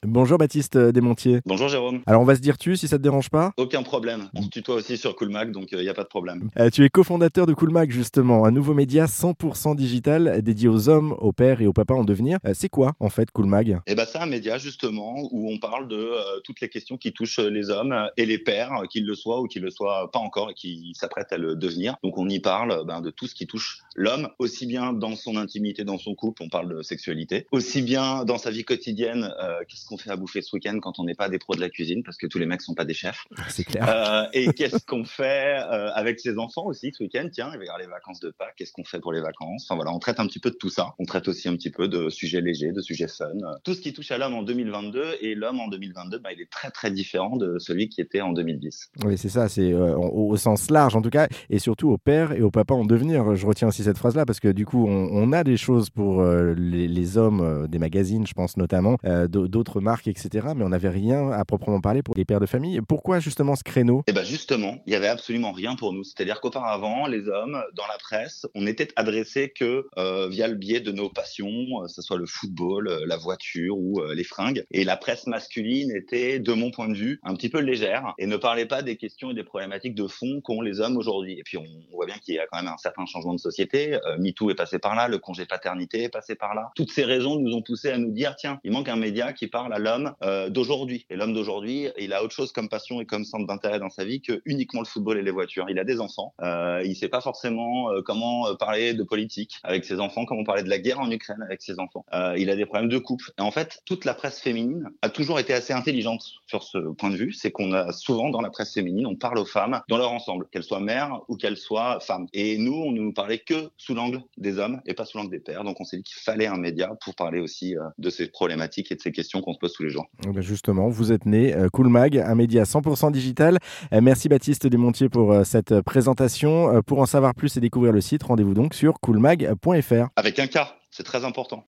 Bonjour Baptiste Desmontiers. Bonjour Jérôme. Alors on va se dire tu si ça te dérange pas. Aucun problème. On se tutoie aussi sur Coolmac, donc il n'y a pas de problème. Tu es cofondateur de Coolmac justement, un nouveau média 100% digital dédié aux hommes, aux pères et aux papas en devenir. C'est quoi en fait Coolmac? C'est un média justement où on parle de toutes les questions qui touchent les hommes et les pères, qu'ils le soient ou qu'ils le soient pas encore et qui s'apprêtent à le devenir. Donc on y parle de tout ce qui touche l'homme, aussi bien dans son intimité, dans son couple, on parle de sexualité, aussi bien dans sa vie quotidienne, qu'est-ce qu'on fait à bouffer ce week-end quand on n'est pas des pros de la cuisine, parce que tous les mecs sont pas des chefs. C'est clair. Et qu'est-ce qu'on fait avec ses enfants aussi ce week-end? Tiens, il va y avoir les vacances de Pâques. Qu'est-ce qu'on fait pour les vacances? Enfin voilà, on traite un petit peu de tout ça. On traite aussi un petit peu de sujets légers, de sujets fun. Tout ce qui touche à l'homme en 2022. Et l'homme en 2022, il est très très différent de celui qui était en 2010. Oui, c'est ça, c'est au sens large en tout cas, et surtout aux pères et aux papas en devenir. Je retiens aussi cette phrase-là parce que du coup, on a des choses pour les hommes, des magazines, je pense notamment, d'autres marques, etc. Mais on n'avait rien à proprement parler pour les pères de famille. Pourquoi justement ce créneau? Justement, il y avait absolument rien pour nous. C'est-à-dire qu'auparavant, les hommes, dans la presse, on n'était adressés que via le biais de nos passions, que ce soit le football, la voiture ou les fringues. Et la presse masculine était, de mon point de vue, un petit peu légère et ne parlait pas des questions et des problématiques de fond qu'ont les hommes aujourd'hui. Et puis on voit bien qu'il y a quand même un certain changement de société. MeToo est passé par là, le congé paternité est passé par là. Toutes ces raisons nous ont poussé à nous dire, tiens, il manque un média qui parle à l'homme d'aujourd'hui. Et l'homme d'aujourd'hui, il a autre chose comme passion et comme centre d'intérêt dans sa vie que uniquement le football et les voitures. Il a des enfants. Il sait pas forcément comment parler de politique avec ses enfants, comment parler de la guerre en Ukraine avec ses enfants. Il a des problèmes de couple. Et en fait, toute la presse féminine a toujours été assez intelligente sur ce point de vue. C'est qu'on a souvent dans la presse féminine, on parle aux femmes dans leur ensemble, qu'elles soient mères ou qu'elles soient femmes. Et nous, on ne nous parlait que sous l'angle des hommes et pas sous l'angle des pères. Donc on s'est dit qu'il fallait un média pour parler aussi de ces problématiques et de ces questions qu'on se pose tous les jours. Justement, vous êtes né, Coolmac, un média 100% digital. Merci Baptiste Desmontiers pour cette présentation. Pour en savoir plus et découvrir le site, rendez-vous donc sur coolmag.fr. Avec un K, c'est très important.